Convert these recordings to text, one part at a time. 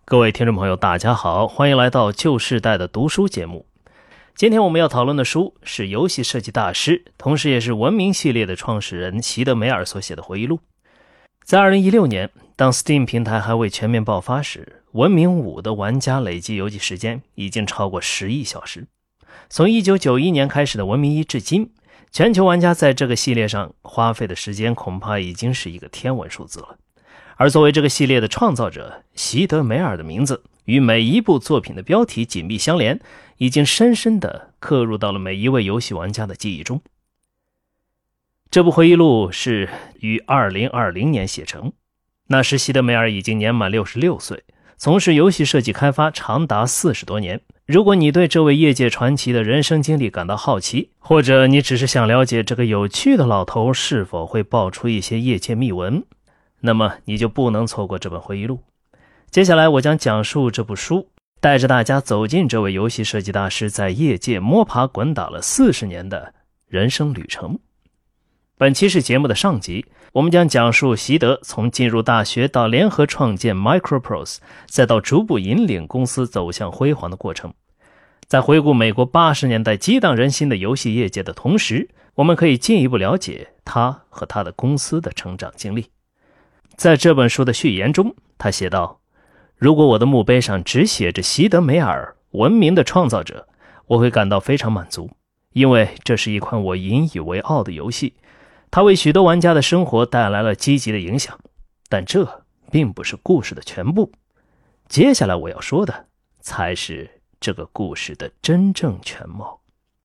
各位听众朋友大家好，欢迎来到旧世代的读书节目。今天我们要讨论的书是游戏设计大师，同时也是文明系列的创始人席德梅尔所写的回忆录。在2016年，当 Steam 平台还未全面爆发时，文明5的玩家累计游戏时间已经超过10亿小时。从1991年开始的文明1至今，全球玩家在这个系列上花费的时间恐怕已经是一个天文数字了。而作为这个系列的创造者，席德梅尔的名字与每一部作品的标题紧密相连，已经深深地刻入到了每一位游戏玩家的记忆中。这部回忆录是于2020年写成，那时席德梅尔已经年满66岁，从事游戏设计开发长达40多年。如果你对这位业界传奇的人生经历感到好奇，或者你只是想了解这个有趣的老头是否会爆出一些业界秘闻，那么你就不能错过这本回忆录。接下来我将讲述这部书，带着大家走进这位游戏设计大师在业界摸爬滚打了40年的人生旅程。本期是节目的上集，我们将讲述席德从进入大学到联合创建 Microprose， 再到逐步引领公司走向辉煌的过程。在回顾美国80年代激荡人心的游戏业界的同时，我们可以进一步了解他和他的公司的成长经历。在这本书的序言中，他写道：如果我的墓碑上只写着席德梅尔，文明的创造者，我会感到非常满足，因为这是一款我引以为傲的游戏，它为许多玩家的生活带来了积极的影响。但这并不是故事的全部，接下来我要说的才是这个故事的真正全貌。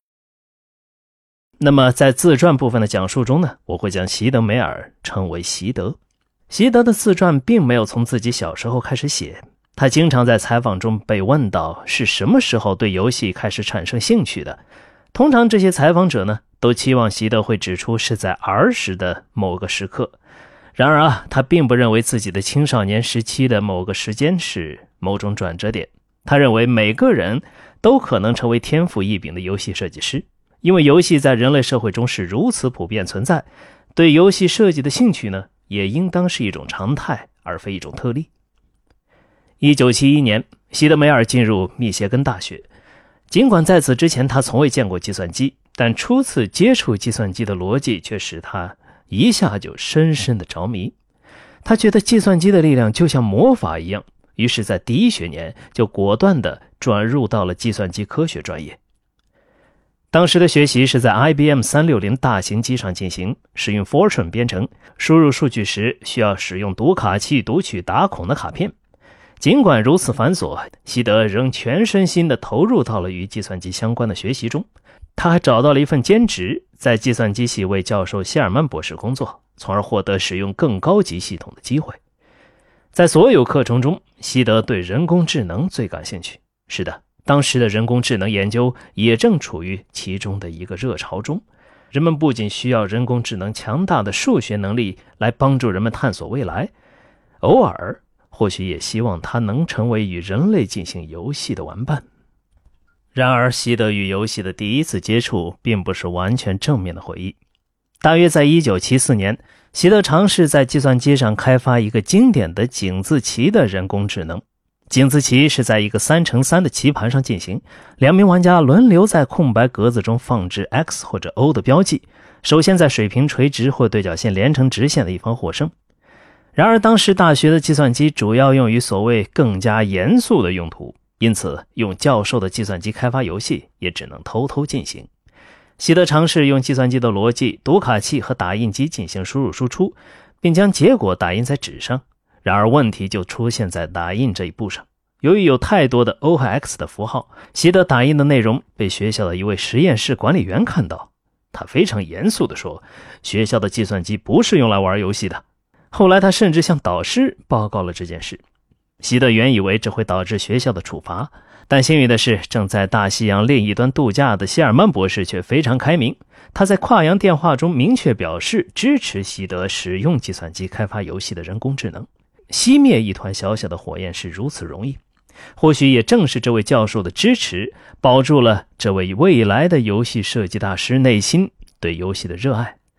那么在自传部分的讲述中呢，我会将席德梅尔称为席德。席德的自传并没有从自己小时候开始写，他经常在采访中被问到是什么时候对游戏开始产生兴趣的。通常这些采访者呢，都期望席德会指出是在儿时的某个时刻。然而他并不认为自己的青少年时期的某个时间是某种转折点。他认为每个人都可能成为天赋异禀的游戏设计师，因为游戏在人类社会中是如此普遍存在，对游戏设计的兴趣呢，也应当是一种常态，而非一种特例。1971年，席德梅尔进入密歇根大学。尽管在此之前他从未见过计算机，但初次接触计算机的逻辑却使他一下就深深的着迷。他觉得计算机的力量就像魔法一样，于是在第1学年就果断地转入到了计算机科学专业。当时的学习是在 IBM 360大型机上进行，使用 Fortran 编程，输入数据时需要使用读卡器读取打孔的卡片。尽管如此繁琐，席德仍全身心地投入到了与计算机相关的学习中。他还找到了一份兼职，在计算机系为教授谢尔曼博士工作，从而获得使用更高级系统的机会。在所有课程中，席德对人工智能最感兴趣。是的，当时的人工智能研究也正处于其中的一个热潮中。人们不仅需要人工智能强大的数学能力来帮助人们探索未来，偶尔或许也希望它能成为与人类进行游戏的玩伴。然而席德与游戏的第一次接触并不是完全正面的回忆。大约在1974年，席德尝试在计算机上开发一个经典的井字棋的人工智能。井字棋是在一个3×3的棋盘上进行，2名玩家轮流在空白格子中放置 X 或者 O 的标记，首先在水平垂直或对角线连成直线的一方获胜。然而当时大学的计算机主要用于所谓更加严肃的用途，因此用教授的计算机开发游戏也只能偷偷进行。席德尝试用计算机的逻辑、读卡器和打印机进行输入输出，并将结果打印在纸上。然而问题就出现在打印这一步上。由于有太多的 O 和 X 的符号，席德打印的内容被学校的一位实验室管理员看到。他非常严肃地说，学校的计算机不是用来玩游戏的。后来他甚至向导师报告了这件事。席德原以为这会导致学校的处罚，但幸运的是，正在大西洋另一端度假的谢尔曼博士却非常开明。他在跨洋电话中明确表示支持席德使用计算机开发游戏的人工智能。熄灭一团小小的火焰是如此容易，或许也正是这位教授的支持，保住了这位未来的游戏设计大师内心对游戏的热爱。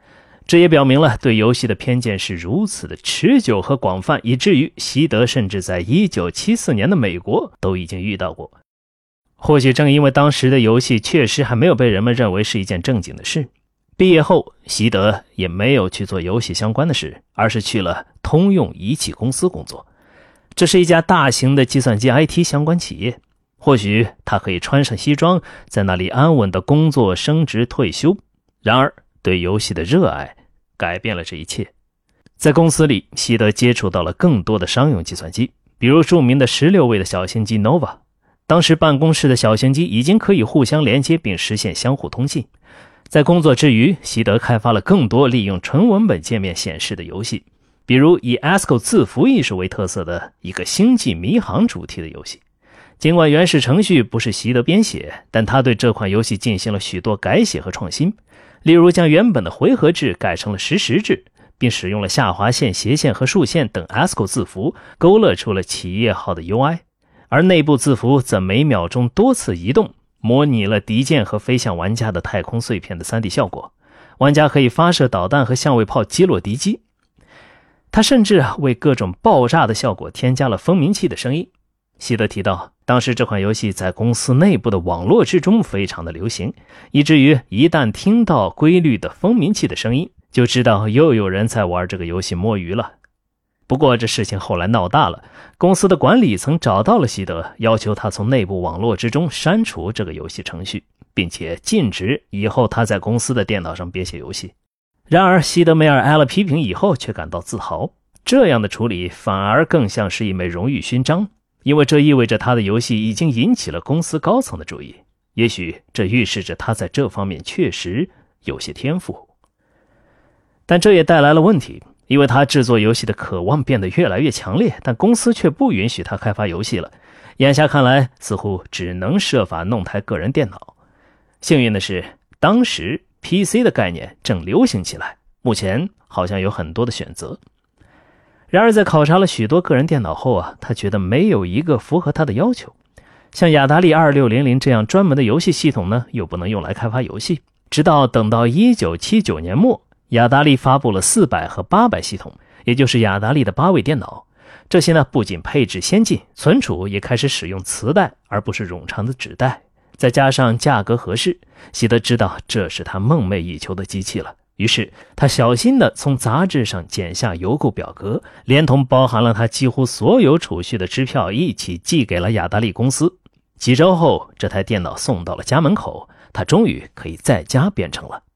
这也表明了对游戏的偏见是如此的持久和广泛，以至于席德甚至在1974年的美国都已经遇到过。或许正因为当时的游戏确实还没有被人们认为是一件正经的事，毕业后席德也没有去做游戏相关的事，而是去了通用仪器公司工作。这是一家大型的计算机 IT 相关企业，或许他可以穿上西装，在那里安稳的工作、升职、退休。然而对游戏的热爱改变了这一切。在公司里，席德接触到了更多的商用计算机，比如著名的16位的小型机 Nova。 当时办公室的小型机已经可以互相连接并实现相互通信。在工作之余，席德开发了更多利用纯文本界面显示的游戏，比如以 ASCII 字符艺术为特色的一个星际迷航主题的游戏。尽管原始程序不是席德编写，但他对这款游戏进行了许多改写和创新，例如将原本的回合制改成了实时制，并使用了下划线、斜线和竖线等 ASCII 字符勾勒出了企业号的 UI， 而内部字符则每秒钟多次移动，模拟了敌舰和飞向玩家的太空碎片的 3D 效果。玩家可以发射导弹和相位炮击落敌机。他甚至为各种爆炸的效果添加了蜂鸣器的声音。希德提到，当时这款游戏在公司内部的网络之中非常的流行，以至于一旦听到规律的蜂鸣器的声音，就知道又有人在玩这个游戏摸鱼了。不过这事情后来闹大了，公司的管理层找到了希德，要求他从内部网络之中删除这个游戏程序，并且禁止以后他在公司的电脑上编写游戏。然而希德梅尔挨了批评以后却感到自豪，这样的处理反而更像是一枚荣誉勋章，因为这意味着他的游戏已经引起了公司高层的注意，也许这预示着他在这方面确实有些天赋。但这也带来了问题，因为他制作游戏的渴望变得越来越强烈，但公司却不允许他开发游戏了。眼下看来，似乎只能设法弄台个人电脑。幸运的是，当时 PC 的概念正流行起来，目前好像有很多的选择。然而在考察了许多个人电脑后他觉得没有一个符合他的要求。像雅达利2600这样专门的游戏系统呢，又不能用来开发游戏。直到等到1979年末，雅达利发布了400和800系统，也就是雅达利的8位电脑。这些呢，不仅配置先进，存储也开始使用磁带而不是冗长的纸带，再加上价格合适，希德知道这是他梦寐以求的机器了。于是他小心地从杂志上剪下邮购表格，连同包含了他几乎所有储蓄的支票一起寄给了雅达利公司。几周后，这台电脑送到了家门口，他终于可以在家编程了。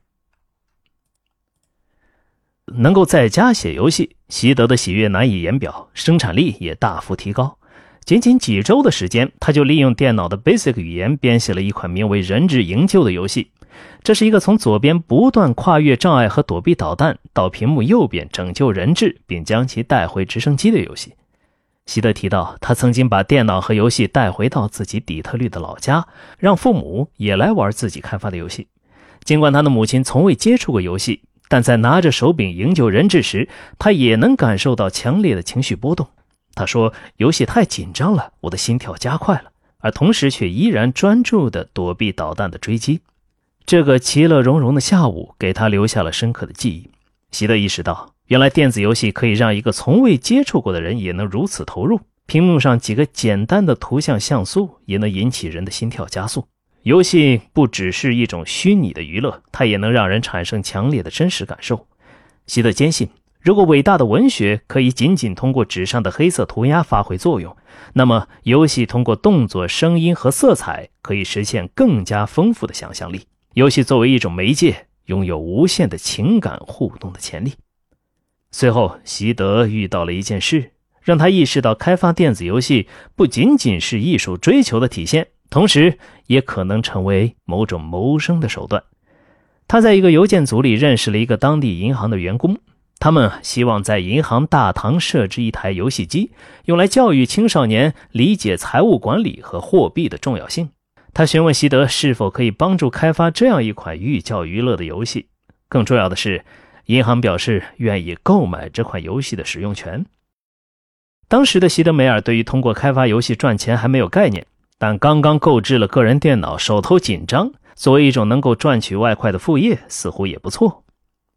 能够在家写游戏，希德的喜悦难以言表，生产力也大幅提高。仅仅几周的时间，他就利用电脑的 BASIC 语言编写了一款名为《人质营救》的游戏。这是一个从左边不断跨越障碍和躲避导弹，到屏幕右边拯救人质并将其带回直升机的游戏。希德提到，他曾经把电脑和游戏带回到自己底特律的老家，让父母也来玩自己开发的游戏。尽管他的母亲从未接触过游戏，但在拿着手柄营救人质时，他也能感受到强烈的情绪波动。他说，游戏太紧张了，我的心跳加快了，而同时却依然专注地躲避导弹的追击。这个其乐融融的下午给他留下了深刻的记忆。希德意识到，原来电子游戏可以让一个从未接触过的人也能如此投入，屏幕上几个简单的图像像素也能引起人的心跳加速。游戏不只是一种虚拟的娱乐，它也能让人产生强烈的真实感受。希德坚信，如果伟大的文学可以仅仅通过纸上的黑色涂鸦发挥作用，那么游戏通过动作、声音和色彩可以实现更加丰富的想象力。游戏作为一种媒介，拥有无限的情感互动的潜力。随后，希德遇到了一件事，让他意识到开发电子游戏不仅仅是艺术追求的体现，同时也可能成为某种谋生的手段。他在一个邮件组里认识了一个当地银行的员工，他们希望在银行大堂设置一台游戏机，用来教育青少年理解财务管理和货币的重要性。他询问希德是否可以帮助开发这样一款寓教于乐的游戏。更重要的是，银行表示愿意购买这款游戏的使用权。当时的希德梅尔对于通过开发游戏赚钱还没有概念，但刚刚购置了个人电脑，手头紧张，作为一种能够赚取外快的副业，似乎也不错。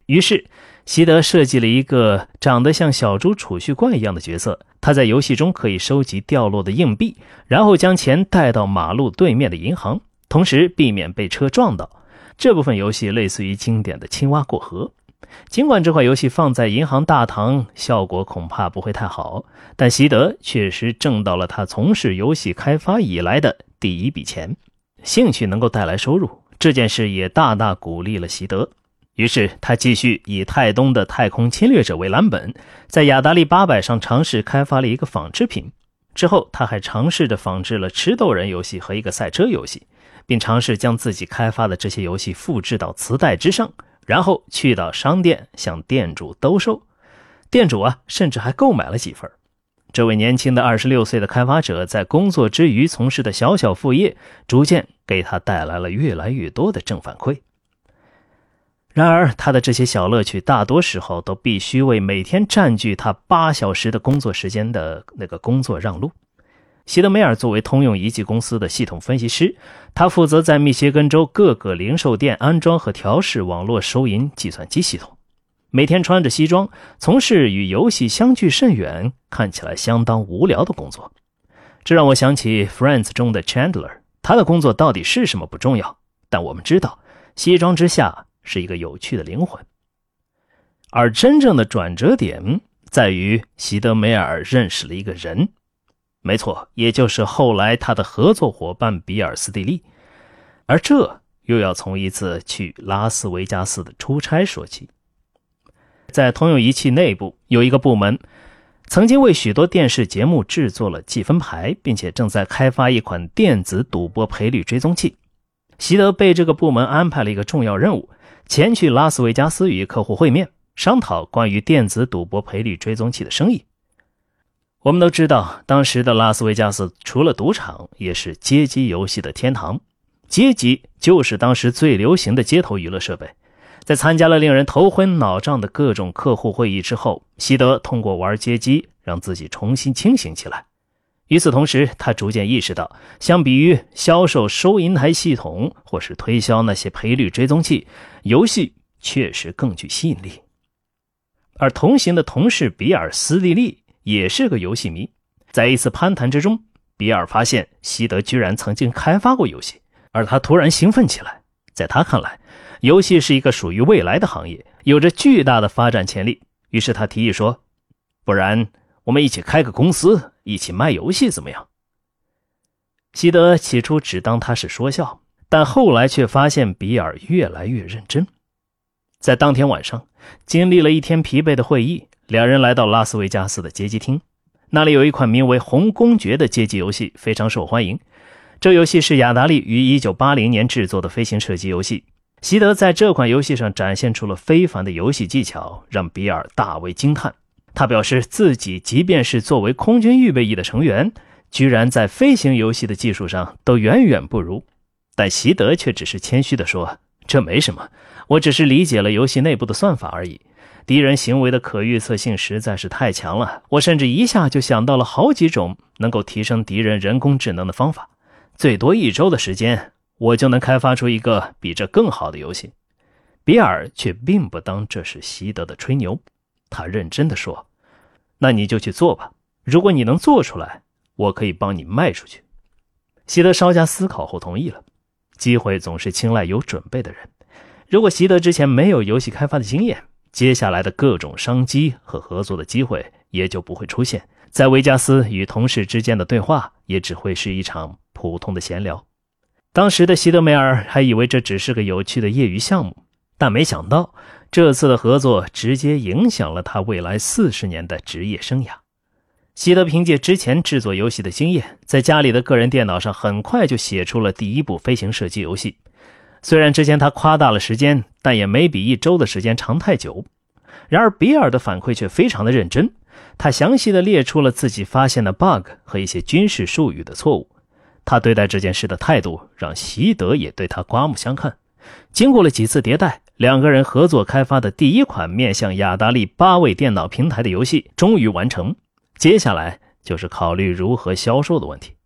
于是席德设计了一个长得像小猪储蓄罐一样的角色，他在游戏中可以收集掉落的硬币，然后将钱带到马路对面的银行，同时避免被车撞到。这部分游戏类似于经典的青蛙过河。尽管这款游戏放在银行大堂效果恐怕不会太好，但席德确实挣到了他从事游戏开发以来的第一笔钱。兴趣能够带来收入，这件事也大大鼓励了席德。于是他继续以泰东的太空侵略者为蓝本，在雅达利800上尝试开发了一个仿制品。之后他还尝试着仿制了吃豆人游戏和一个赛车游戏，并尝试将自己开发的这些游戏复制到磁带之上，然后去到商店向店主兜售。店主甚至还购买了几份。这位年轻的26岁的开发者在工作之余从事的小小副业，逐渐给他带来了越来越多的正反馈。然而他的这些小乐趣大多时候都必须为每天占据他8小时的工作时间的那个工作让路。席德梅尔作为通用仪器公司的系统分析师，他负责在密歇根州各个零售店安装和调试网络收银计算机系统。每天穿着西装，从事与游戏相距甚远，看起来相当无聊的工作。这让我想起 Friends 中的 Chandler， 他的工作到底是什么不重要，但我们知道西装之下是一个有趣的灵魂。而真正的转折点在于席德梅尔认识了一个人，没错，也就是后来他的合作伙伴比尔斯蒂利。而这又要从一次去拉斯维加斯的出差说起。在通用仪器内部有一个部门，曾经为许多电视节目制作了计分牌，并且正在开发一款电子赌博赔率追踪器。席德被这个部门安排了一个重要任务，前去拉斯维加斯与客户会面，商讨关于电子赌博赔率追踪器的生意。我们都知道，当时的拉斯维加斯除了赌场，也是街机游戏的天堂。街机就是当时最流行的街头娱乐设备。在参加了令人头昏脑胀的各种客户会议之后，席德通过玩街机让自己重新清醒起来。与此同时，他逐渐意识到，相比于销售收银台系统或是推销那些赔率追踪器，游戏确实更具吸引力。而同行的同事比尔斯蒂利也是个游戏迷，在一次攀谈之中，比尔发现席德居然曾经开发过游戏，而他突然兴奋起来。在他看来，游戏是一个属于未来的行业，有着巨大的发展潜力。于是他提议说，不然我们一起开个公司，一起卖游戏怎么样？席德起初只当他是说笑，但后来却发现比尔越来越认真。在当天晚上，经历了一天疲惫的会议，两人来到拉斯维加斯的街机厅。那里有一款名为《红公爵》的街机游戏，非常受欢迎。这游戏是雅达利于1980年制作的飞行射击游戏。席德在这款游戏上展现出了非凡的游戏技巧，让比尔大为惊叹。他表示自己即便是作为空军预备役的成员，居然在飞行游戏的技术上都远远不如。但席德却只是谦虚地说，这没什么，我只是理解了游戏内部的算法而已。敌人行为的可预测性实在是太强了，我甚至一下就想到了好几种能够提升敌人人工智能的方法。最多1周的时间，我就能开发出一个比这更好的游戏。比尔却并不当这是席德的吹牛，他认真地说，那你就去做吧，如果你能做出来，我可以帮你卖出去。席德稍加思考后同意了。机会总是青睐有准备的人，如果席德之前没有游戏开发的经验，接下来的各种商机和合作的机会也就不会出现，在维加斯与同事之间的对话也只会是一场普通的闲聊。当时的席德梅尔还以为这只是个有趣的业余项目，但没想到这次的合作直接影响了他未来40年的职业生涯。席德凭借之前制作游戏的经验，在家里的个人电脑上很快就写出了第一部飞行射击游戏。虽然之前他夸大了时间，但也没比1周的时间长太久。然而比尔的反馈却非常的认真，他详细的列出了自己发现的 bug 和一些军事术语的错误。他对待这件事的态度让席德也对他刮目相看。经过了几次迭代，两个人合作开发的第一款面向雅达利8位电脑平台的游戏终于完成，接下来就是考虑如何销售的问题。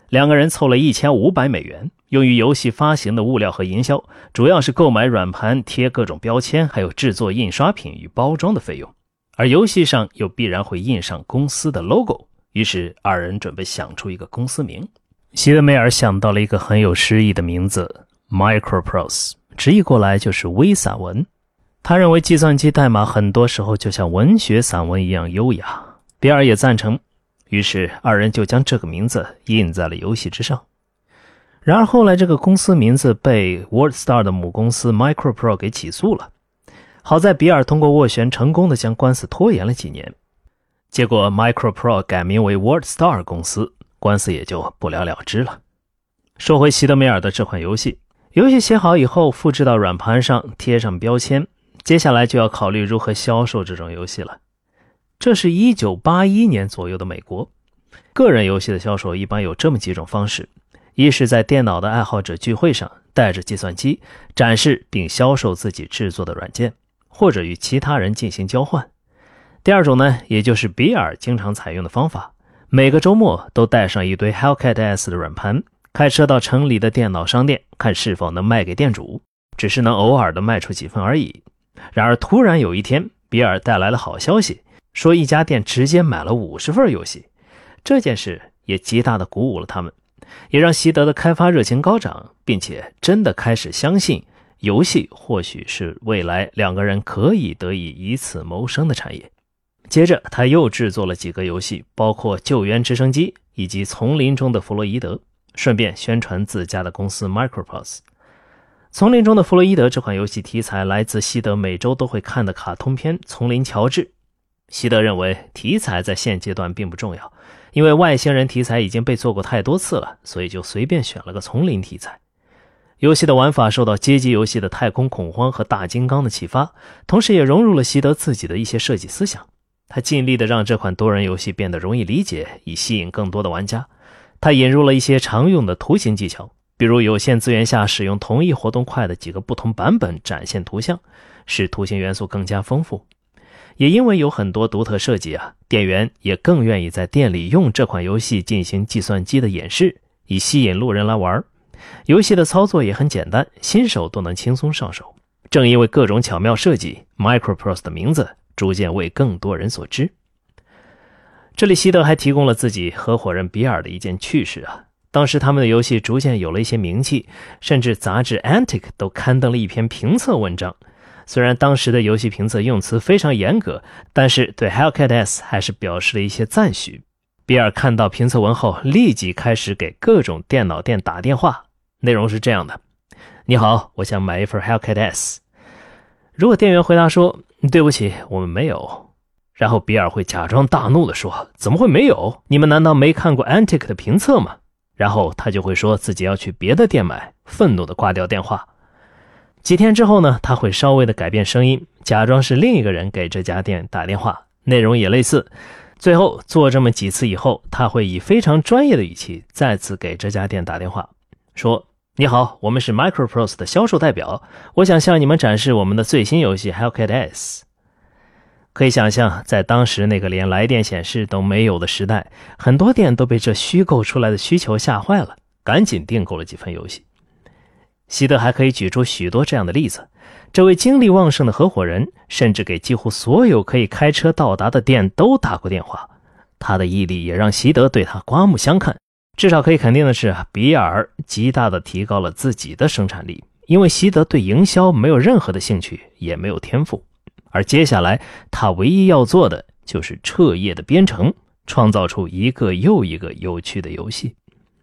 两个人凑了$1500，用于游戏发行的物料和营销，主要是购买软盘、贴各种标签，还有制作印刷品与包装的费用。而游戏上又必然会印上公司的 logo， 于是二人准备想出一个公司名。席德梅尔想到了一个很有诗意的名字 Microprose， 直译过来就是微散文。他认为计算机代码很多时候就像文学散文一样优雅，比尔也赞成，于是二人就将这个名字印在了游戏之上。然而后来这个公司名字被 WordStar 的母公司 Microprose 给起诉了，好在比尔通过斡旋成功的将官司拖延了几年，结果 Microprose 改名为 WordStar 公司，官司也就不了了之了。说回席德梅尔的这款游戏，游戏写好以后复制到软盘上，贴上标签，接下来就要考虑如何销售这种游戏了。这是1981年左右的美国，个人游戏的销售一般有这么几种方式：一是在电脑的爱好者聚会上带着计算机展示并销售自己制作的软件，或者与其他人进行交换。第二种呢，也就是比尔经常采用的方法，每个周末都带上一堆 Hellcat S 的软盘，开车到城里的电脑商店，看是否能卖给店主，只是能偶尔的卖出几份而已。然而突然有一天，比尔带来了好消息，说一家店直接买了50份游戏。这件事也极大的鼓舞了他们，也让席德的开发热情高涨，并且真的开始相信游戏或许是未来两个人可以得以此谋生的产业。接着他又制作了几个游戏，包括救援直升机以及丛林中的弗洛伊德，顺便宣传自家的公司 Microprose。 丛林中的弗洛伊德这款游戏题材来自席德每周都会看的卡通片《丛林乔治》。席德认为题材在现阶段并不重要，因为外星人题材已经被做过太多次了，所以就随便选了个丛林题材。游戏的玩法受到街机游戏的太空恐慌和大金刚的启发，同时也融入了席德自己的一些设计思想。他尽力的让这款多人游戏变得容易理解，以吸引更多的玩家。他引入了一些常用的图形技巧，比如有限资源下使用同一活动块的几个不同版本展现图像，使图形元素更加丰富。也因为有很多独特设计店员也更愿意在店里用这款游戏进行计算机的演示，以吸引路人来玩。游戏的操作也很简单，新手都能轻松上手。正因为各种巧妙设计， Microprose 的名字逐渐为更多人所知。这里席德还提供了自己合伙人比尔的一件趣事当时他们的游戏逐渐有了一些名气，甚至杂志 Antic 都刊登了一篇评测文章。虽然当时的游戏评测用词非常严格，但是对 Hellcat S 还是表示了一些赞许。比尔看到评测文后，立即开始给各种电脑店打电话，内容是这样的：你好，我想买一份 Hellcat S。 如果店员回答说对不起，我们没有，然后比尔会假装大怒地说怎么会没有？你们难道没看过 Antic 的评测吗？然后他就会说自己要去别的店买，愤怒地挂掉电话。几天之后呢，他会稍微的改变声音，假装是另一个人给这家店打电话，内容也类似。最后做这么几次以后，他会以非常专业的语气再次给这家店打电话，说你好，我们是 Microprose 的销售代表，我想向你们展示我们的最新游戏 Hellcat S。 可以想象，在当时那个连来电显示都没有的时代，很多店都被这虚构出来的需求吓坏了，赶紧订购了几份游戏。席德还可以举出许多这样的例子，这位精力旺盛的合伙人甚至给几乎所有可以开车到达的店都打过电话。他的毅力也让席德对他刮目相看。至少可以肯定的是，比尔极大地提高了自己的生产力，因为席德对营销没有任何的兴趣，也没有天赋。而接下来他唯一要做的就是彻夜的编程，创造出一个又一个有趣的游戏。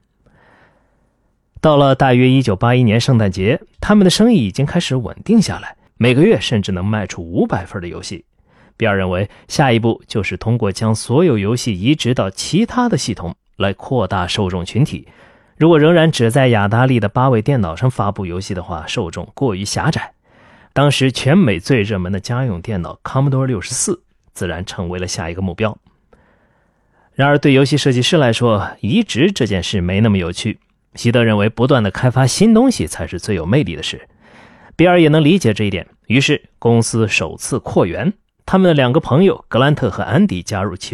到了大约1981年圣诞节，他们的生意已经开始稳定下来，每个月甚至能卖出500份的游戏。比尔认为下一步就是通过将所有游戏移植到其他的系统来扩大受众群体。如果仍然只在雅达利的8位电脑上发布游戏的话，受众过于狭窄。当时全美最热门的家用电脑 Commodore 64自然成为了下一个目标。然而对游戏设计师来说，移植这件事没那么有趣。席德认为不断的开发新东西才是最有魅力的事。比尔也能理解这一点，于是公司首次扩员，他们的2个朋友格兰特和安迪加入其中，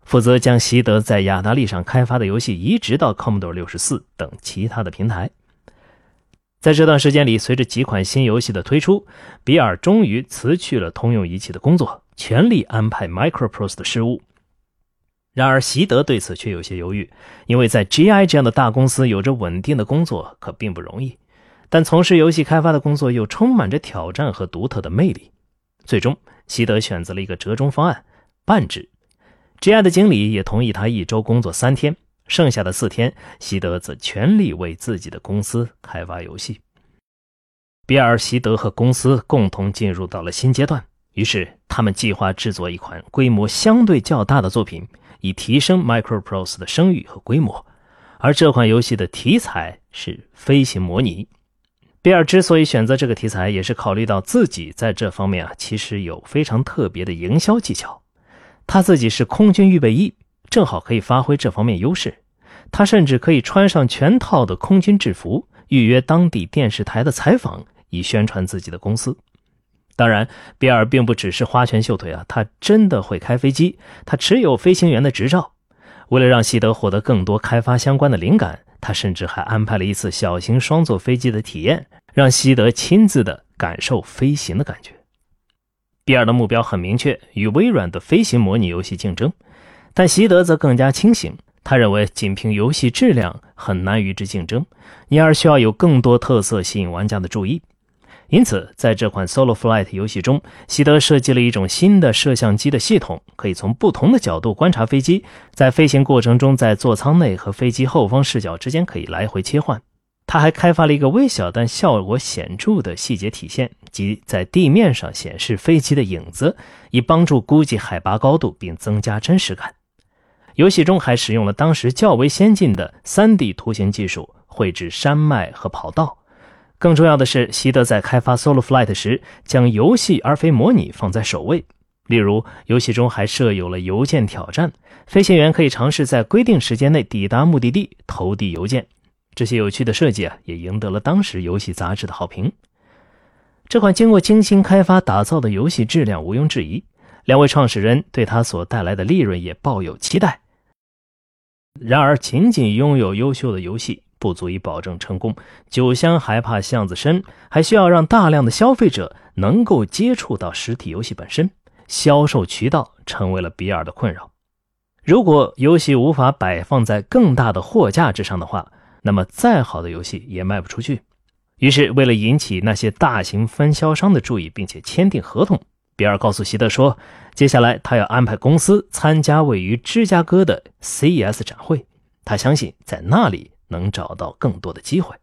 负责将习得在雅达利上开发的游戏移植到 Commodore 64等其他的平台。在这段时间里，随着几款新游戏的推出，比尔终于辞去了通用仪器的工作，全力安排 Microprose 的事务。然而习得对此却有些犹豫，因为在 GI 这样的大公司有着稳定的工作可并不容易，但从事游戏开发的工作又充满着挑战和独特的魅力。最终习得选择了一个折中方案，半职。GI 的经理也同意他1周工作3天，剩下的4天习得则全力为自己的公司开发游戏。比尔、习得和公司共同进入到了新阶段，于是他们计划制作一款规模相对较大的作品，以提升 Microprose 的声誉和规模。而这款游戏的题材是飞行模拟。比尔之所以选择这个题材，也是考虑到自己在这方面其实有非常特别的营销技巧。他自己是空军预备役，正好可以发挥这方面优势。他甚至可以穿上全套的空军制服，预约当地电视台的采访，以宣传自己的公司。当然，比尔并不只是花拳绣腿他真的会开飞机，他持有飞行员的执照。为了让习得获得更多开发相关的灵感，他甚至还安排了一次小型双座飞机的体验，让习得亲自的感受飞行的感觉。比尔的目标很明确，与微软的飞行模拟游戏竞争，但习得则更加清醒。他认为仅凭游戏质量很难与之竞争，因而需要有更多特色吸引玩家的注意。因此在这款 Solo Flight 游戏中，习得设计了一种新的摄像机的系统，可以从不同的角度观察飞机，在飞行过程中在座舱内和飞机后方视角之间可以来回切换。他还开发了一个微小但效果显著的细节体现，即在地面上显示飞机的影子，以帮助估计海拔高度并增加真实感。游戏中还使用了当时较为先进的 3D 图形技术，绘制山脉和跑道。更重要的是，习得在开发 Solo Flight 时，将游戏而非模拟放在首位。例如，游戏中还设有了邮件挑战，飞行员可以尝试在规定时间内抵达目的地，投递邮件。这些有趣的设计也赢得了当时游戏杂志的好评。这款经过精心开发打造的游戏质量毋庸置疑，两位创始人对它所带来的利润也抱有期待。然而，仅仅拥有优秀的游戏不足以保证成功，酒香还怕巷子深，还需要让大量的消费者能够接触到实体游戏本身，销售渠道成为了比尔的困扰。如果游戏无法摆放在更大的货架之上的话，那么再好的游戏也卖不出去。于是为了引起那些大型分销商的注意并且签订合同，比尔告诉习得说，接下来他要安排公司参加位于芝加哥的 CES 展会，他相信在那里能找到更多的机会。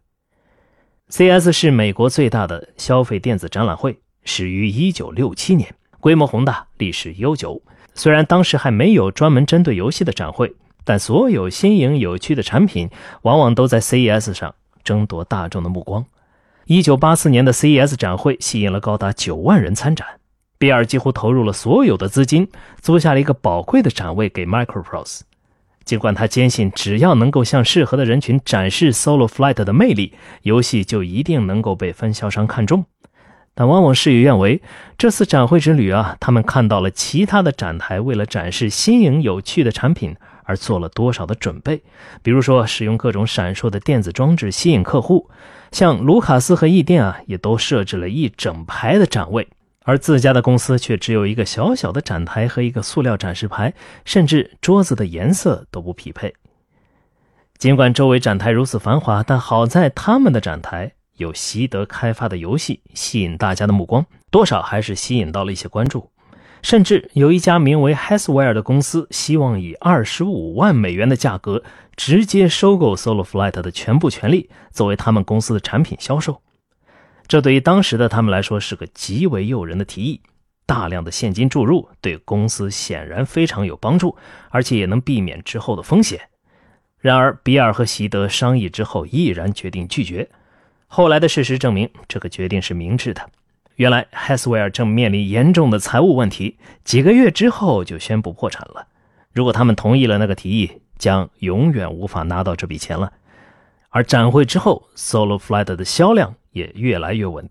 CES 是美国最大的消费电子展览会，始于1967年，规模宏大，历史悠久。虽然当时还没有专门针对游戏的展会，但所有新颖有趣的产品往往都在 CES 上争夺大众的目光。1984年的 CES 展会吸引了高达9万人参展，比尔几乎投入了所有的资金，租下了一个宝贵的展位给 Microprose。 尽管他坚信只要能够向适合的人群展示 Solo Flight 的魅力，游戏就一定能够被分销商看中，但往往事与愿违。这次展会之旅他们看到了其他的展台为了展示新颖有趣的产品而做了多少的准备，比如说使用各种闪烁的电子装置吸引客户，像卢卡斯和易电也都设置了一整排的展位，而自家的公司却只有一个小小的展台和一个塑料展示牌，甚至桌子的颜色都不匹配。尽管周围展台如此繁华，但好在他们的展台有习得开发的游戏吸引大家的目光，多少还是吸引到了一些关注。甚至有一家名为 Haswell 的公司希望以25万美元的价格直接收购 Solo Flight 的全部权利，作为他们公司的产品销售。这对于当时的他们来说是个极为诱人的提议，大量的现金注入对公司显然非常有帮助，而且也能避免之后的风险。然而比尔和习得商议之后毅然决定拒绝。后来的事实证明，这个决定是明智的。原来 Haswell 正面临严重的财务问题，几个月之后就宣布破产了。如果他们同意了那个提议，将永远无法拿到这笔钱了。而展会之后 Solo Flight 的销量也越来越稳定，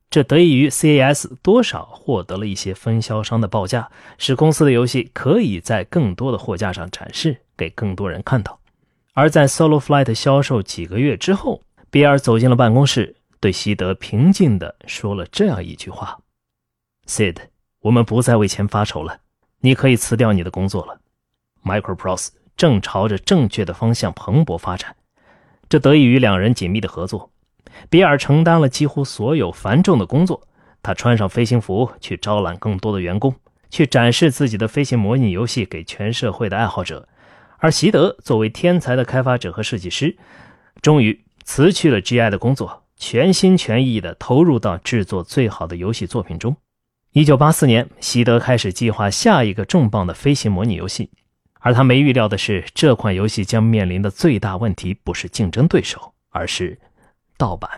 这得益于 CES 多少获得了一些分销商的报价，使公司的游戏可以在更多的货架上展示，给更多人看到。而在 Solo Flight 销售几个月之后，比尔走进了办公室，对西德平静地说了这样一句话： Sid， 我们不再为钱发愁了，你可以辞掉你的工作了。 Microprose 正朝着正确的方向蓬勃发展，这得益于两人紧密的合作。比尔承担了几乎所有繁重的工作，他穿上飞行服去招揽更多的员工，去展示自己的飞行模拟游戏给全社会的爱好者。而席德作为天才的开发者和设计师，终于辞去了 GI 的工作，全心全意地投入到制作最好的游戏作品中。1984年，席德开始计划下一个重磅的飞行模拟游戏，而他没预料的是，这款游戏将面临的最大问题不是竞争对手，而是盗版。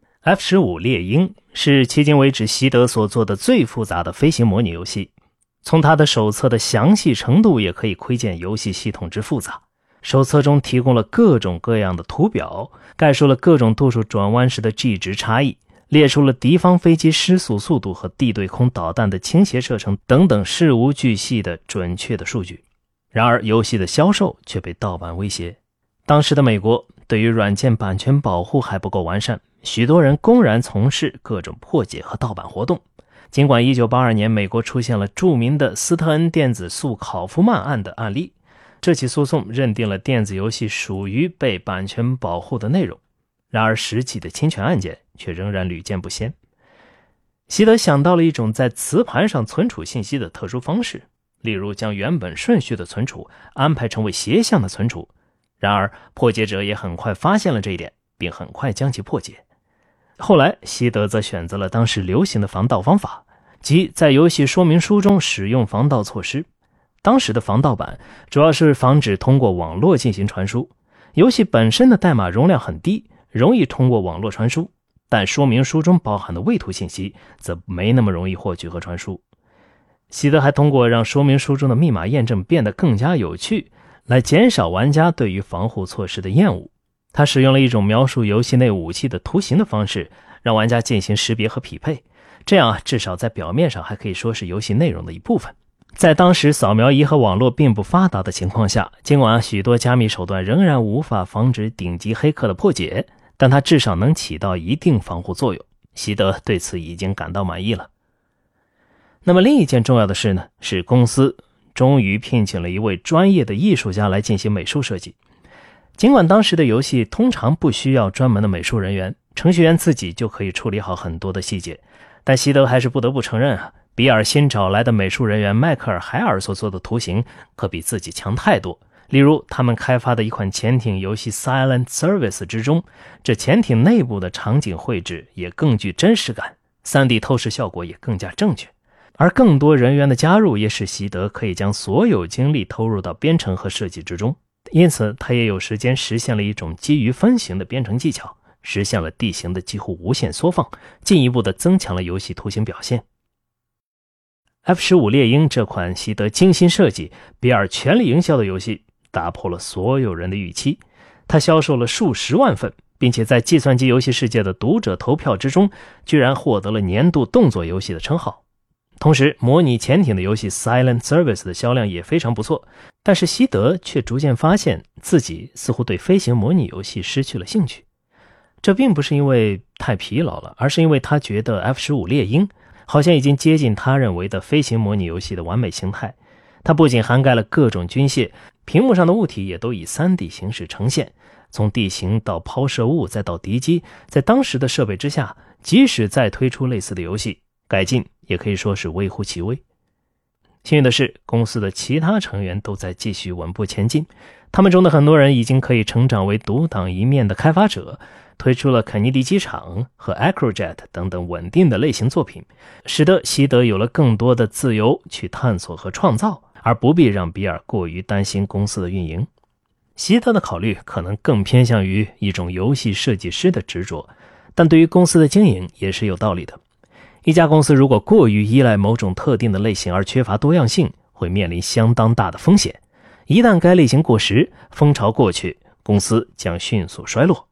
F-15 猎鹰是迄今为止席德所做的最复杂的飞行模拟游戏，从他的手册的详细程度也可以窥见游戏系统之复杂。手册中提供了各种各样的图表，概述了各种度数转弯时的 G 值差异，列出了敌方飞机失速速度和地对空导弹的倾斜射程等等事无巨细的准确的数据。然而游戏的销售却被盗版威胁。当时的美国对于软件版权保护还不够完善，许多人公然从事各种破解和盗版活动。尽管1982年美国出现了著名的斯特恩电子诉考夫曼案的案例，这起诉讼认定了电子游戏属于被版权保护的内容，然而实际的侵权案件却仍然屡见不鲜。席德想到了一种在磁盘上存储信息的特殊方式，例如将原本顺序的存储安排成为斜向的存储。然而破解者也很快发现了这一点，并很快将其破解。后来席德则选择了当时流行的防盗方法，即在游戏说明书中使用防盗措施。当时的防盗版主要是防止通过网络进行传输，游戏本身的代码容量很低，容易通过网络传输，但说明书中包含的位图信息则没那么容易获取和传输。席德还通过让说明书中的密码验证变得更加有趣，来减少玩家对于防护措施的厌恶。他使用了一种描述游戏内武器的图形的方式，让玩家进行识别和匹配，这样至少在表面上还可以说是游戏内容的一部分。在当时扫描仪和网络并不发达的情况下，尽管许多加密手段仍然无法防止顶级黑客的破解，但它至少能起到一定防护作用。席德对此已经感到满意了。那么另一件重要的事呢，是公司终于聘请了一位专业的艺术家来进行美术设计。尽管当时的游戏通常不需要专门的美术人员，程序员自己就可以处理好很多的细节，但席德还是不得不承认比尔新找来的美术人员迈克尔·海尔所做的图形可比自己强太多。例如他们开发的一款潜艇游戏 Silent Service 之中，这潜艇内部的场景绘制也更具真实感， 3D 透视效果也更加正确。而更多人员的加入也使席德可以将所有精力投入到编程和设计之中，因此他也有时间实现了一种基于分形的编程技巧，实现了地形的几乎无限缩放，进一步的增强了游戏图形表现。F-15 猎鹰这款席德精心设计、比尔全力营销的游戏打破了所有人的预期，它销售了数十万份，并且在计算机游戏世界的读者投票之中居然获得了年度动作游戏的称号。同时模拟潜艇的游戏 Silent Service 的销量也非常不错，但是席德却逐渐发现自己似乎对飞行模拟游戏失去了兴趣。这并不是因为太疲劳了，而是因为他觉得 F-15 猎鹰好像已经接近他认为的飞行模拟游戏的完美形态。它不仅涵盖了各种军械，屏幕上的物体也都以 3D 形式呈现，从地形到抛射物再到敌机，在当时的设备之下，即使再推出类似的游戏，改进也可以说是微乎其微。幸运的是，公司的其他成员都在继续稳步前进，他们中的很多人已经可以成长为独当一面的开发者，推出了肯尼迪机场和 Acrojet 等等稳定的类型作品，使得席德有了更多的自由去探索和创造，而不必让比尔过于担心公司的运营。席德的考虑可能更偏向于一种游戏设计师的执着，但对于公司的经营也是有道理的。一家公司如果过于依赖某种特定的类型而缺乏多样性，会面临相当大的风险。一旦该类型过时，风潮过去，公司将迅速衰落。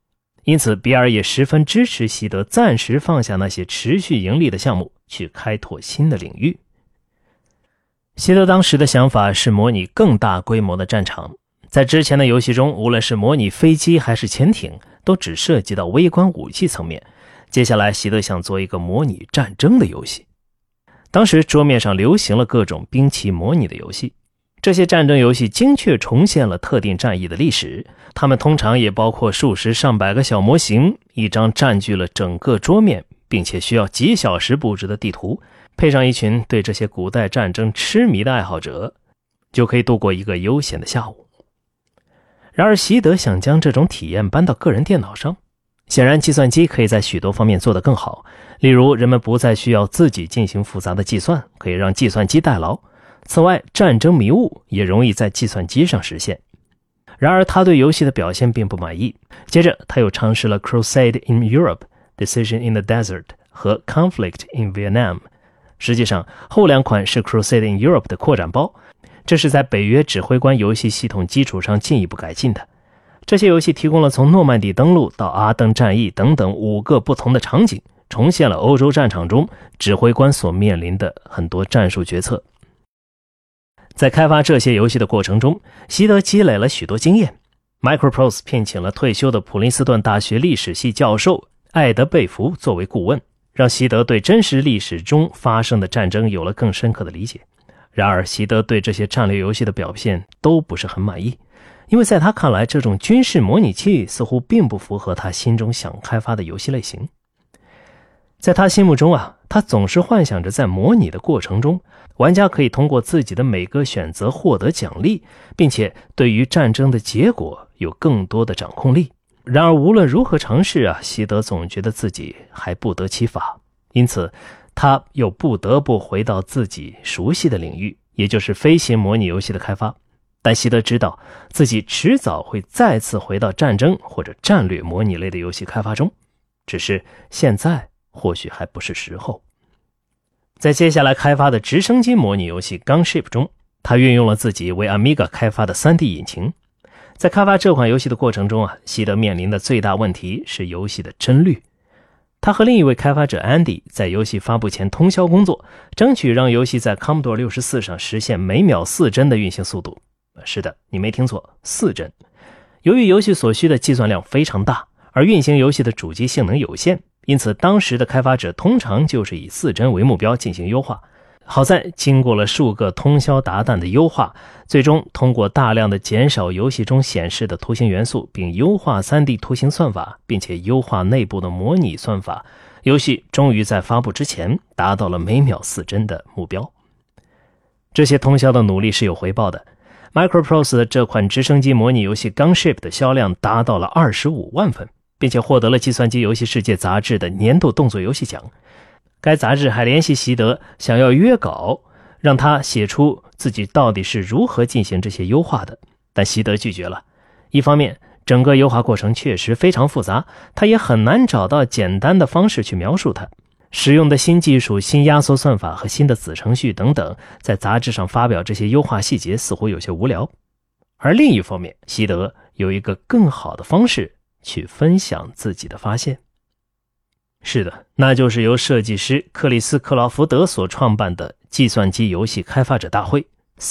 因此比尔也十分支持西德暂时放下那些持续盈利的项目，去开拓新的领域。西德当时的想法是模拟更大规模的战场，在之前的游戏中，无论是模拟飞机还是潜艇，都只涉及到微观武器层面。接下来西德想做一个模拟战争的游戏。当时桌面上流行了各种兵棋模拟的游戏，这些战争游戏精确重现了特定战役的历史，它们通常也包括数十上百个小模型，一张占据了整个桌面并且需要几小时布置的地图，配上一群对这些古代战争痴迷的爱好者，就可以度过一个悠闲的下午。然而习德想将这种体验搬到个人电脑上，显然计算机可以在许多方面做得更好，例如人们不再需要自己进行复杂的计算，可以让计算机代劳。此外，战争迷雾也容易在计算机上实现。然而他对游戏的表现并不满意，接着他又尝试了 Crusade in Europe、Decision in the Desert 和 Conflict in Vietnam。实际上后两款是 Crusade in Europe 的扩展包，这是在北约指挥官游戏系统基础上进一步改进的。这些游戏提供了从诺曼底登陆到阿登战役等等5个不同的场景，重现了欧洲战场中指挥官所面临的很多战术决策。在开发这些游戏的过程中，习德积累了许多经验。Microprose 聘请了退休的普林斯顿大学历史系教授艾德贝弗作为顾问，让习德对真实历史中发生的战争有了更深刻的理解。然而习德对这些战略游戏的表现都不是很满意，因为在他看来，这种军事模拟器似乎并不符合他心中想开发的游戏类型。在他心目中他总是幻想着在模拟的过程中，玩家可以通过自己的每个选择获得奖励，并且对于战争的结果有更多的掌控力。然而无论如何尝试习德总觉得自己还不得其法，因此他又不得不回到自己熟悉的领域，也就是飞行模拟游戏的开发。但习德知道自己迟早会再次回到战争或者战略模拟类的游戏开发中，只是现在或许还不是时候。在接下来开发的直升机模拟游戏 Gunship 中，他运用了自己为 Amiga 开发的 3D 引擎。在开发这款游戏的过程中习德面临的最大问题是游戏的帧率。他和另一位开发者 Andy 在游戏发布前通宵工作，争取让游戏在 Commodore 64上实现每秒4帧的运行速度。是的，你没听错，4帧。由于游戏所需的计算量非常大，而运行游戏的主机性能有限，因此当时的开发者通常就是以4帧为目标进行优化。好在经过了数个通宵达旦的优化，最终通过大量的减少游戏中显示的图形元素，并优化 3D 图形算法，并且优化内部的模拟算法，游戏终于在发布之前达到了每秒4帧的目标。这些通宵的努力是有回报的。Microprose 的这款直升机模拟游戏 Gunship 的销量达到了25万份，并且获得了计算机游戏世界杂志的年度动作游戏奖。该杂志还联系习德，想要约稿，让他写出自己到底是如何进行这些优化的，但习德拒绝了。一方面，整个优化过程确实非常复杂，他也很难找到简单的方式去描述它。使用的新技术、新压缩算法和新的子程序等等，在杂志上发表这些优化细节似乎有些无聊。而另一方面，习德有一个更好的方式去分享自己的发现。是的，那就是由设计师克里斯·克劳福德所创办的计算机游戏开发者大会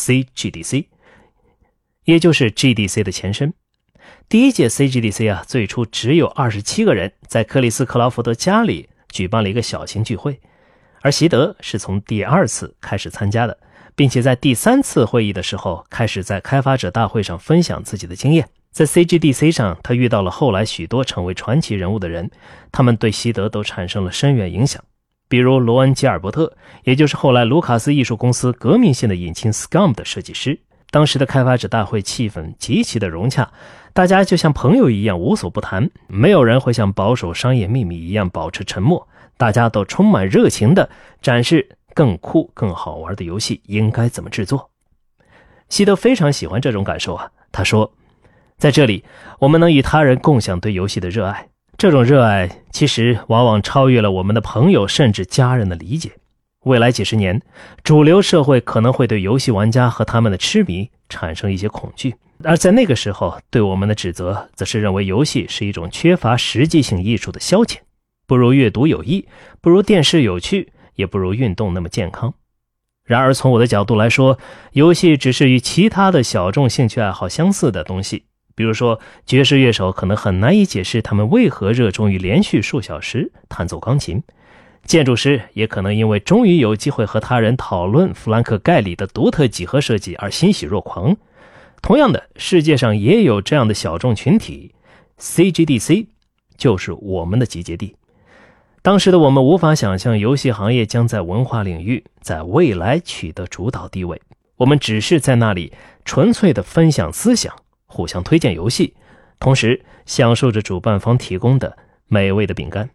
CGDC， 也就是 GDC 的前身。第一届 CGDC 最初只有27个人，在克里斯·克劳福德家里举办了一个小型聚会，而习德是从第2次开始参加的，并且在第3次会议的时候开始在开发者大会上分享自己的经验。在 CGDC 上，他遇到了后来许多成为传奇人物的人，他们对习德都产生了深远影响。比如罗恩·吉尔伯特，也就是后来卢卡斯艺术公司革命性的引擎 SCUM 的设计师。当时的开发者大会气氛极其的融洽，大家就像朋友一样无所不谈，没有人会像保守商业秘密一样保持沉默，大家都充满热情地展示更酷更好玩的游戏应该怎么制作。习德非常喜欢这种感受他说，在这里我们能与他人共享对游戏的热爱，这种热爱其实往往超越了我们的朋友甚至家人的理解。未来几十年，主流社会可能会对游戏玩家和他们的痴迷产生一些恐惧， 而在那个时候，对我们的指责则是认为游戏是一种缺乏实际性艺术的消遣，不如阅读有益，不如电视有趣，也不如运动那么健康。然而从我的角度来说，游戏只是与其他的小众兴趣爱好相似的东西，比如说爵士乐手可能很难以解释他们为何热衷于连续数小时弹奏钢琴，建筑师也可能因为终于有机会和他人讨论弗兰克·盖里的独特几何设计而欣喜若狂。同样的，世界上也有这样的小众群体， CGDC 就是我们的集结地。当时的我们无法想象游戏行业将在文化领域在未来取得主导地位，我们只是在那里纯粹的分享思想，互相推荐游戏，同时享受着主办方提供的美味的饼干。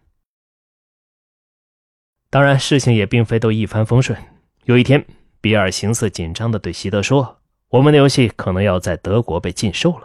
当然，事情也并非都一帆风顺。有一天，比尔形似紧张地对西德说，我们的游戏可能要在德国被禁售了。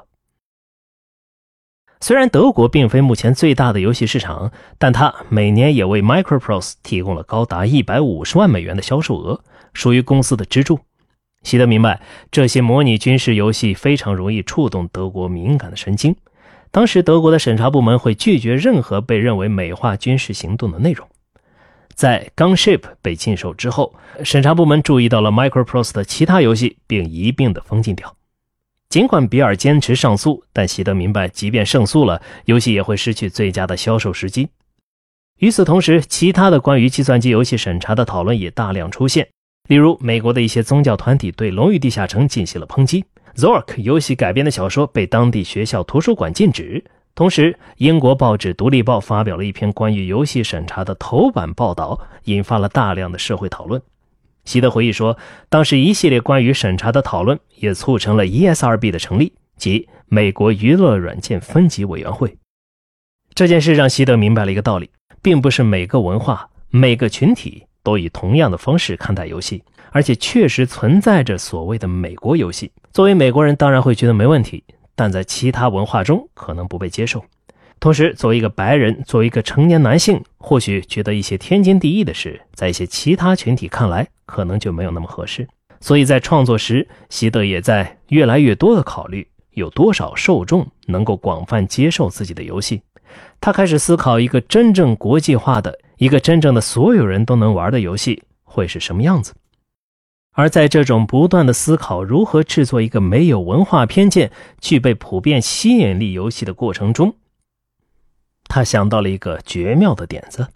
虽然德国并非目前最大的游戏市场，但它每年也为 Microprose 提供了高达150万美元的销售额，属于公司的支柱。西德明白，这些模拟军事游戏非常容易触动德国敏感的神经。当时德国的审查部门会拒绝任何被认为美化军事行动的内容。在 Gunship 被禁售之后，审查部门注意到了 Microprose 的其他游戏，并一并的封禁掉。尽管比尔坚持上诉，但西德明白，即便胜诉了，游戏也会失去最佳的销售时机。与此同时，其他的关于计算机游戏审查的讨论也大量出现。例如，美国的一些宗教团体对《龙与地下城》进行了抨击， Zork 游戏改编的小说被当地学校图书馆禁止。同时，英国报纸《独立报》发表了一篇关于游戏审查的头版报道，引发了大量的社会讨论。西德回忆说，当时一系列关于审查的讨论也促成了 ESRB 的成立，即美国娱乐软件分级委员会。这件事让西德明白了一个道理，并不是每个文化、每个群体都以同样的方式看待游戏，而且确实存在着所谓的美国游戏。作为美国人当然会觉得没问题，但在其他文化中可能不被接受。同时，作为一个白人，作为一个成年男性，或许觉得一些天经地义的事，在一些其他群体看来可能就没有那么合适。所以在创作时，西德也在越来越多的考虑有多少受众能够广泛接受自己的游戏。他开始思考一个真正国际化的、一个真正的所有人都能玩的游戏会是什么样子。而在这种不断的思考如何制作一个没有文化偏见、具备普遍吸引力游戏的过程中，他想到了一个绝妙的点子。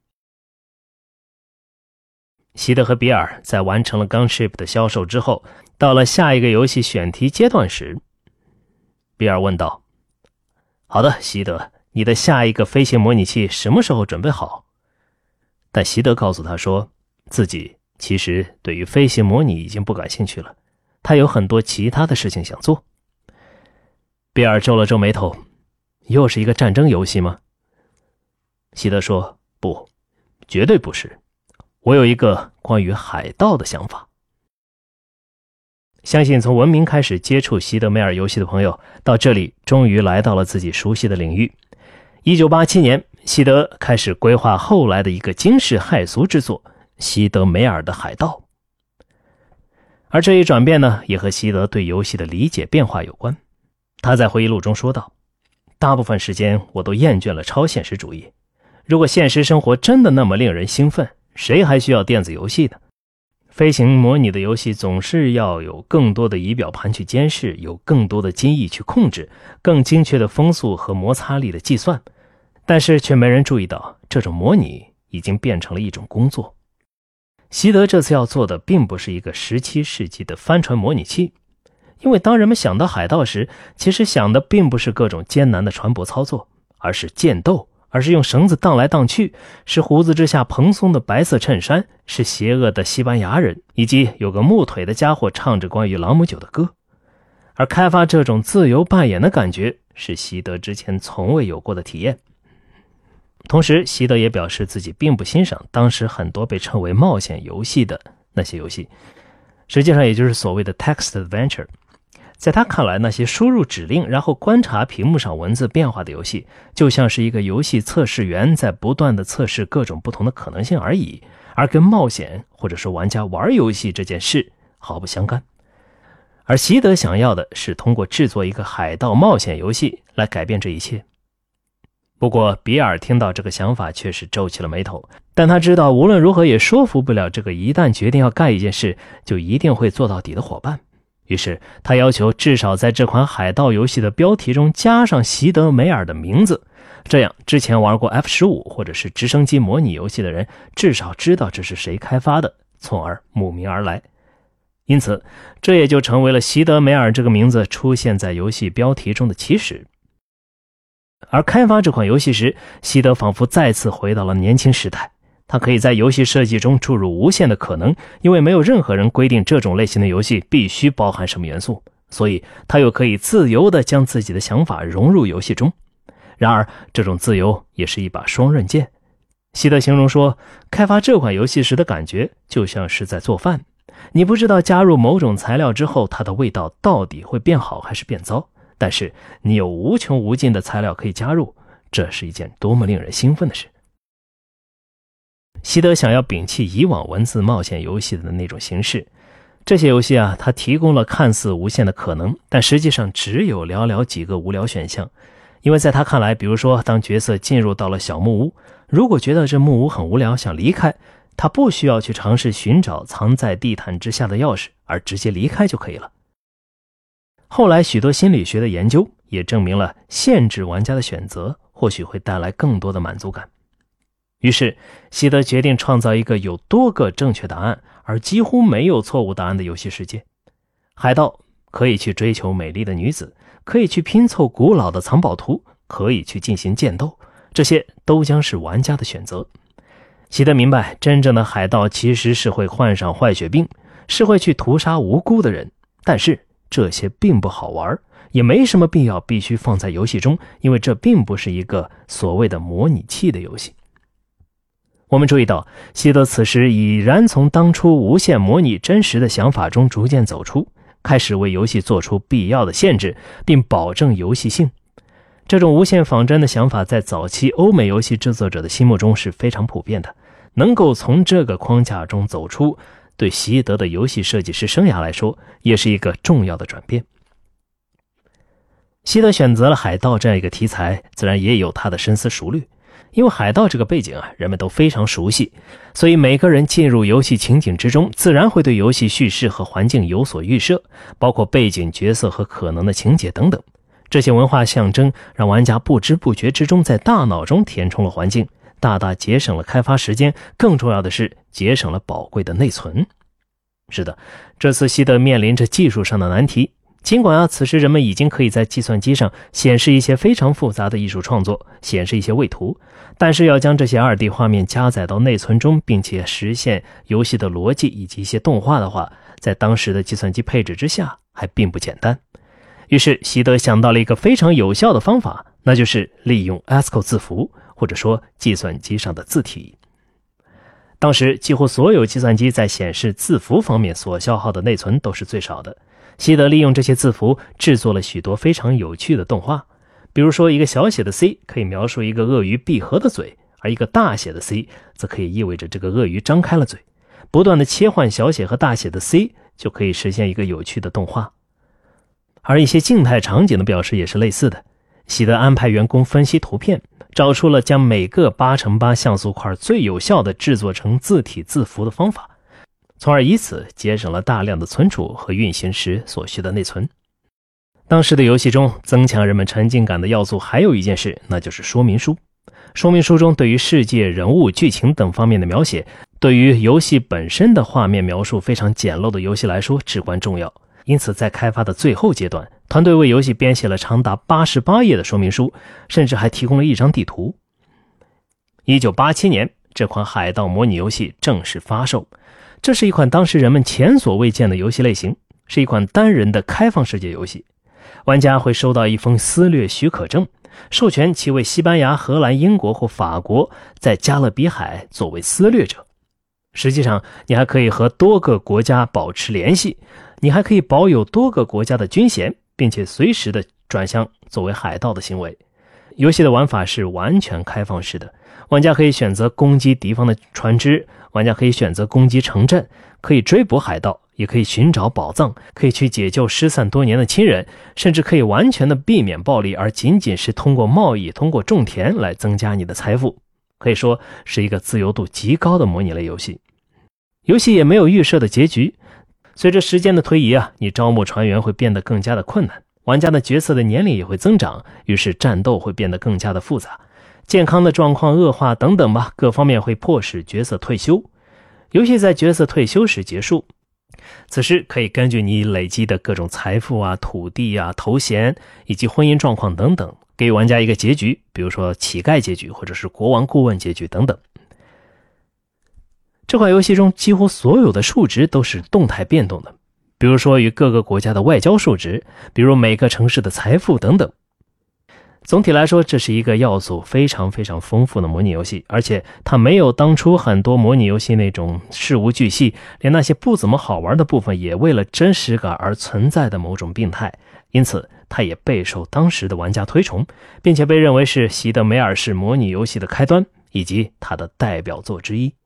西德和比尔在完成了 Gunship 的销售之后，到了下一个游戏选题阶段时，比尔问道，好的，西德，你的下一个飞行模拟器什么时候准备好？但西德告诉他说，自己其实对于飞行模拟已经不感兴趣了，他有很多其他的事情想做。比尔皱了皱眉头，又是一个战争游戏吗？西德说，不，绝对不是，我有一个关于海盗的想法。相信从文明开始接触西德梅尔游戏的朋友，到这里终于来到了自己熟悉的领域。1987年，西德开始规划后来的一个惊世骇俗之作，西德梅尔的海盗。而这一转变呢，也和西德对游戏的理解变化有关。他在回忆录中说道，大部分时间我都厌倦了超现实主义，如果现实生活真的那么令人兴奋，谁还需要电子游戏呢？飞行模拟的游戏总是要有更多的仪表盘去监视，有更多的机翼去控制，更精确的风速和摩擦力的计算，但是却没人注意到，这种模拟已经变成了一种工作。西德这次要做的并不是一个17世纪的帆船模拟器，因为当人们想到海盗时，其实想的并不是各种艰难的船舶操作，而是剑斗，而是用绳子荡来荡去，是胡子之下蓬松的白色衬衫，是邪恶的西班牙人，以及有个木腿的家伙唱着关于朗姆酒的歌。而开发这种自由扮演的感觉，是西德之前从未有过的体验。同时，西德也表示自己并不欣赏当时很多被称为冒险游戏的那些游戏，实际上也就是所谓的 text adventure。在他看来，那些输入指令然后观察屏幕上文字变化的游戏，就像是一个游戏测试员在不断的测试各种不同的可能性而已，而跟冒险或者说玩家玩游戏这件事毫不相干。 而习德想要的是通过制作一个海盗冒险游戏来改变这一切。不过比尔听到这个想法却是皱起了眉头，但他知道无论如何也说服不了这个一旦决定要干一件事就一定会做到底的伙伴。于是他要求至少在这款海盗游戏的标题中加上席德梅尔的名字，这样之前玩过 F-15 或者是直升机模拟游戏的人至少知道这是谁开发的，从而慕名而来。因此这也就成为了席德梅尔这个名字出现在游戏标题中的起始。而开发这款游戏时，席德仿佛再次回到了年轻时代，他可以在游戏设计中注入无限的可能，因为没有任何人规定这种类型的游戏必须包含什么元素，所以他又可以自由地将自己的想法融入游戏中。然而这种自由也是一把双刃剑。席德形容说，开发这款游戏时的感觉就像是在做饭，你不知道加入某种材料之后它的味道到底会变好还是变糟，但是你有无穷无尽的材料可以加入，这是一件多么令人兴奋的事。席德想要摒弃以往文字冒险游戏的那种形式，这些游戏它提供了看似无限的可能，但实际上只有寥寥几个无聊选项。因为在他看来，比如说当角色进入到了小木屋，如果觉得这木屋很无聊想离开，他不需要去尝试寻找藏在地毯之下的钥匙，而直接离开就可以了。后来许多心理学的研究也证明了限制玩家的选择或许会带来更多的满足感。于是席德决定创造一个有多个正确答案而几乎没有错误答案的游戏世界。海盗可以去追求美丽的女子，可以去拼凑古老的藏宝图，可以去进行剑斗，这些都将是玩家的选择。席德明白，真正的海盗其实是会患上坏血病，是会去屠杀无辜的人，但是这些并不好玩，也没什么必要必须放在游戏中，因为这并不是一个所谓的模拟器的游戏。我们注意到，席德此时已然从当初无限模拟真实的想法中逐渐走出，开始为游戏做出必要的限制，并保证游戏性。这种无限仿真的想法在早期欧美游戏制作者的心目中是非常普遍的，能够从这个框架中走出，对席德的游戏设计师生涯来说也是一个重要的转变。席德选择了海盗这样一个题材，自然也有他的深思熟虑。因为海盗这个背景人们都非常熟悉，所以每个人进入游戏情景之中，自然会对游戏叙事和环境有所预设，包括背景、角色和可能的情节等等。这些文化象征让玩家不知不觉之中在大脑中填充了环境，大大节省了开发时间，更重要的是节省了宝贵的内存。是的，这次席德面临着技术上的难题。尽管此时人们已经可以在计算机上显示一些非常复杂的艺术创作，显示一些位图，但是要将这些 2D 画面加载到内存中，并且实现游戏的逻辑以及一些动画的话，在当时的计算机配置之下还并不简单。于是席德想到了一个非常有效的方法，那就是利用 ASCII 字符，或者说计算机上的字体。当时几乎所有计算机在显示字符方面所消耗的内存都是最少的。席德利用这些字符制作了许多非常有趣的动画，比如说一个小写的 C 可以描述一个鳄鱼闭合的嘴，而一个大写的 C 则可以意味着这个鳄鱼张开了嘴。不断的切换小写和大写的 C 就可以实现一个有趣的动画。而一些静态场景的表示也是类似的，席德安排员工分析图片，找出了将每个 8x8 像素块最有效的制作成字体字符的方法，从而以此节省了大量的存储和运行时所需的内存。当时的游戏中增强人们沉浸感的要素还有一件事，那就是说明书。说明书中对于世界、人物、剧情等方面的描写，对于游戏本身的画面描述非常简陋的游戏来说至关重要。因此在开发的最后阶段，团队为游戏编写了长达88页的说明书，甚至还提供了一张地图。1987年，这款海盗模拟游戏正式发售。这是一款当时人们前所未见的游戏类型，是一款单人的开放世界游戏。玩家会收到一封私掠许可证，授权其为西班牙、荷兰、英国或法国在加勒比海作为私掠者。实际上，你还可以和多个国家保持联系，你还可以保有多个国家的军衔，并且随时的转向作为海盗的行为。游戏的玩法是完全开放式的，玩家可以选择攻击敌方的船只，玩家可以选择攻击城镇，可以追捕海盗， 也可以寻找宝藏，可以去解救失散多年的亲人，甚至可以完全的避免暴力，而仅仅是通过贸易、通过种田来增加你的财富。可以说是一个自由度极高的模拟类游戏。游戏也没有预设的结局，随着时间的推移你招募船员会变得更加的困难，玩家的角色的年龄也会增长，于是战斗会变得更加的复杂，健康的状况恶化等等吧，各方面会迫使角色退休。游戏在角色退休时结束，此时可以根据你累积的各种财富土地头衔以及婚姻状况等等，给予玩家一个结局，比如说乞丐结局或者是国王顾问结局等等。这款游戏中几乎所有的数值都是动态变动的，比如说与各个国家的外交数值，比如每个城市的财富等等。总体来说，这是一个要素非常非常丰富的模拟游戏，而且它没有当初很多模拟游戏那种事无巨细，连那些不怎么好玩的部分也为了真实感而存在的某种病态，因此它也备受当时的玩家推崇，并且被认为是席德梅尔式模拟游戏的开端，以及它的代表作之一。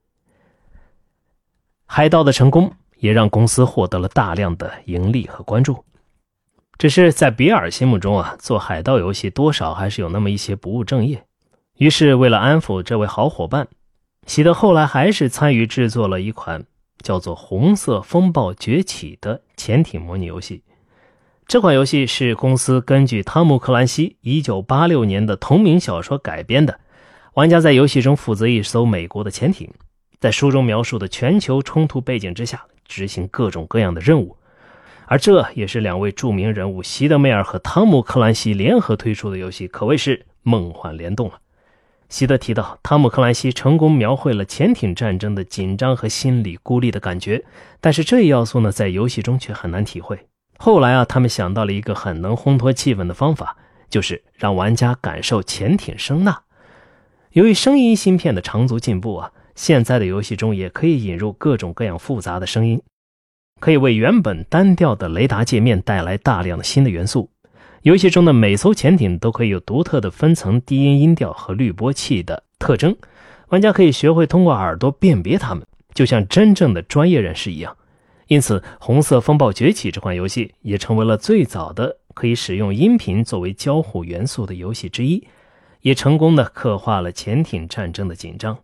海盗的成功也让公司获得了大量的盈利和关注。只是在比尔心目中做海盗游戏多少还是有那么一些不务正业。于是为了安抚这位好伙伴，席德后来还是参与制作了一款叫做《红色风暴崛起》的潜艇模拟游戏。这款游戏是公司根据汤姆·克兰西1986年的同名小说改编的。玩家在游戏中负责一艘美国的潜艇，在书中描述的全球冲突背景之下执行各种各样的任务，而这也是两位著名人物席德梅尔和汤姆·克兰西联合推出的游戏，可谓是梦幻联动了。席德提到，汤姆·克兰西成功描绘了潜艇战争的紧张和心理孤立的感觉，但是这一要素呢，在游戏中却很难体会。后来他们想到了一个很能烘托气氛的方法，就是让玩家感受潜艇声呐。由于声音芯片的长足进步现在的游戏中也可以引入各种各样复杂的声音，可以为原本单调的雷达界面带来大量的新的元素。游戏中的每艘潜艇都可以有独特的分层低音音调和滤波器的特征，玩家可以学会通过耳朵辨别它们，就像真正的专业人士一样。因此，《红色风暴崛起》这款游戏也成为了最早的可以使用音频作为交互元素的游戏之一，也成功地刻画了潜艇战争的紧张。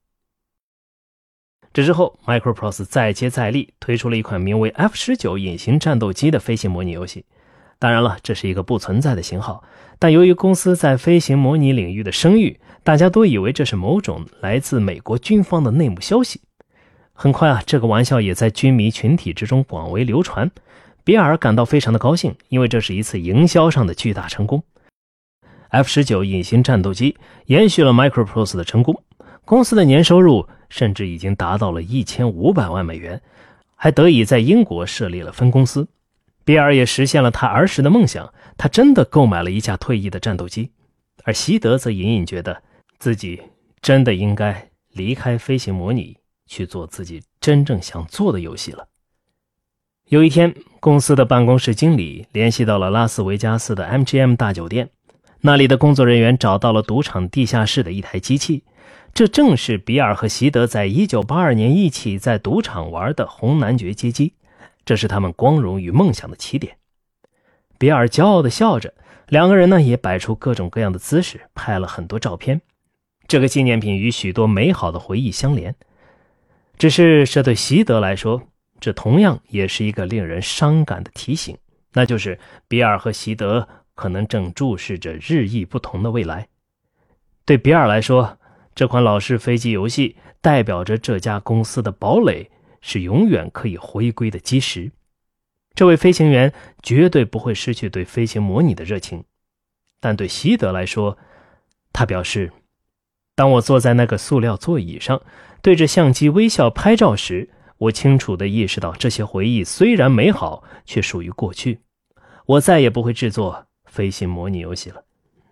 这之后 Microprose 再接再厉，推出了一款名为 F-19 隐形战斗机的飞行模拟游戏。当然了，这是一个不存在的型号，但由于公司在飞行模拟领域的声誉，大家都以为这是某种来自美国军方的内幕消息。很快这个玩笑也在军迷群体之中广为流传。比尔感到非常的高兴，因为这是一次营销上的巨大成功。F-19 隐形战斗机延续了 Microprose 的成功，公司的年收入甚至已经达到了1500万美元，还得以在英国设立了分公司。比尔也实现了他儿时的梦想，他真的购买了一架退役的战斗机。而席德则隐隐觉得自己真的应该离开飞行模拟，去做自己真正想做的游戏了。有一天，公司的办公室经理联系到了拉斯维加斯的 MGM 大酒店，那里的工作人员找到了赌场地下室的一台机器，这正是比尔和席德在1982年一起在赌场玩的红男爵街机，这是他们光荣与梦想的起点。比尔骄傲地笑着，两个人呢也摆出各种各样的姿势，拍了很多照片。这个纪念品与许多美好的回忆相连。只是这对席德来说，这同样也是一个令人伤感的提醒，那就是比尔和席德可能正注视着日益不同的未来。对比尔来说，这款老式飞机游戏代表着这家公司的堡垒是永远可以回归的基石。这位飞行员绝对不会失去对飞行模拟的热情。但对席德来说，他表示，当我坐在那个塑料座椅上，对着相机微笑拍照时，我清楚地意识到这些回忆虽然美好，却属于过去。我再也不会制作飞行模拟游戏了。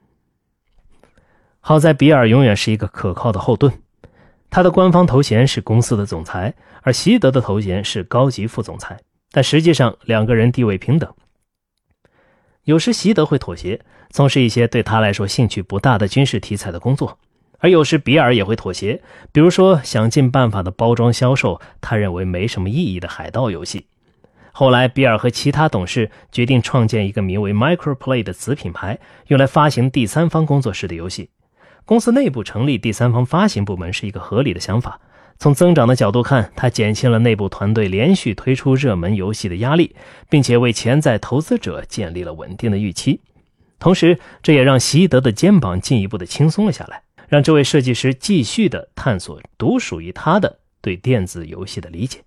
好在比尔永远是一个可靠的后盾，他的官方头衔是公司的总裁，而席德的头衔是高级副总裁，但实际上两个人地位平等。有时席德会妥协，从事一些对他来说兴趣不大的军事题材的工作，而有时比尔也会妥协，比如说想尽办法的包装销售他认为没什么意义的海盗游戏。 后来比尔和其他董事决定创建一个名为 Microplay 的子品牌，用来发行第三方工作室的游戏。公司内部成立第三方发行部门是一个合理的想法，从增长的角度看，它减轻了内部团队连续推出热门游戏的压力，并且为潜在投资者建立了稳定的预期。同时，这也让席德的肩膀进一步的轻松了下来，让这位设计师继续的探索独属于他的对电子游戏的理解。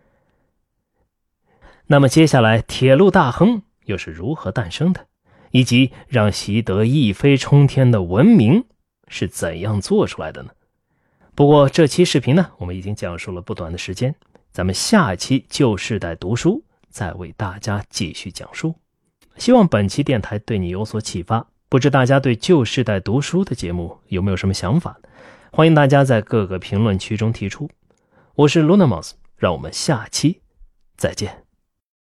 那么接下来，铁路大亨又是如何诞生的，以及让席德一飞冲天的文明是怎样做出来的呢？不过这期视频呢，我们已经讲述了不短的时间，咱们下期旧世代读书再为大家继续讲述。希望本期电台对你有所启发，不知大家对旧世代读书的节目有没有什么想法？欢迎大家在各个评论区中提出。我是 Lunamus， 让我们下期再见。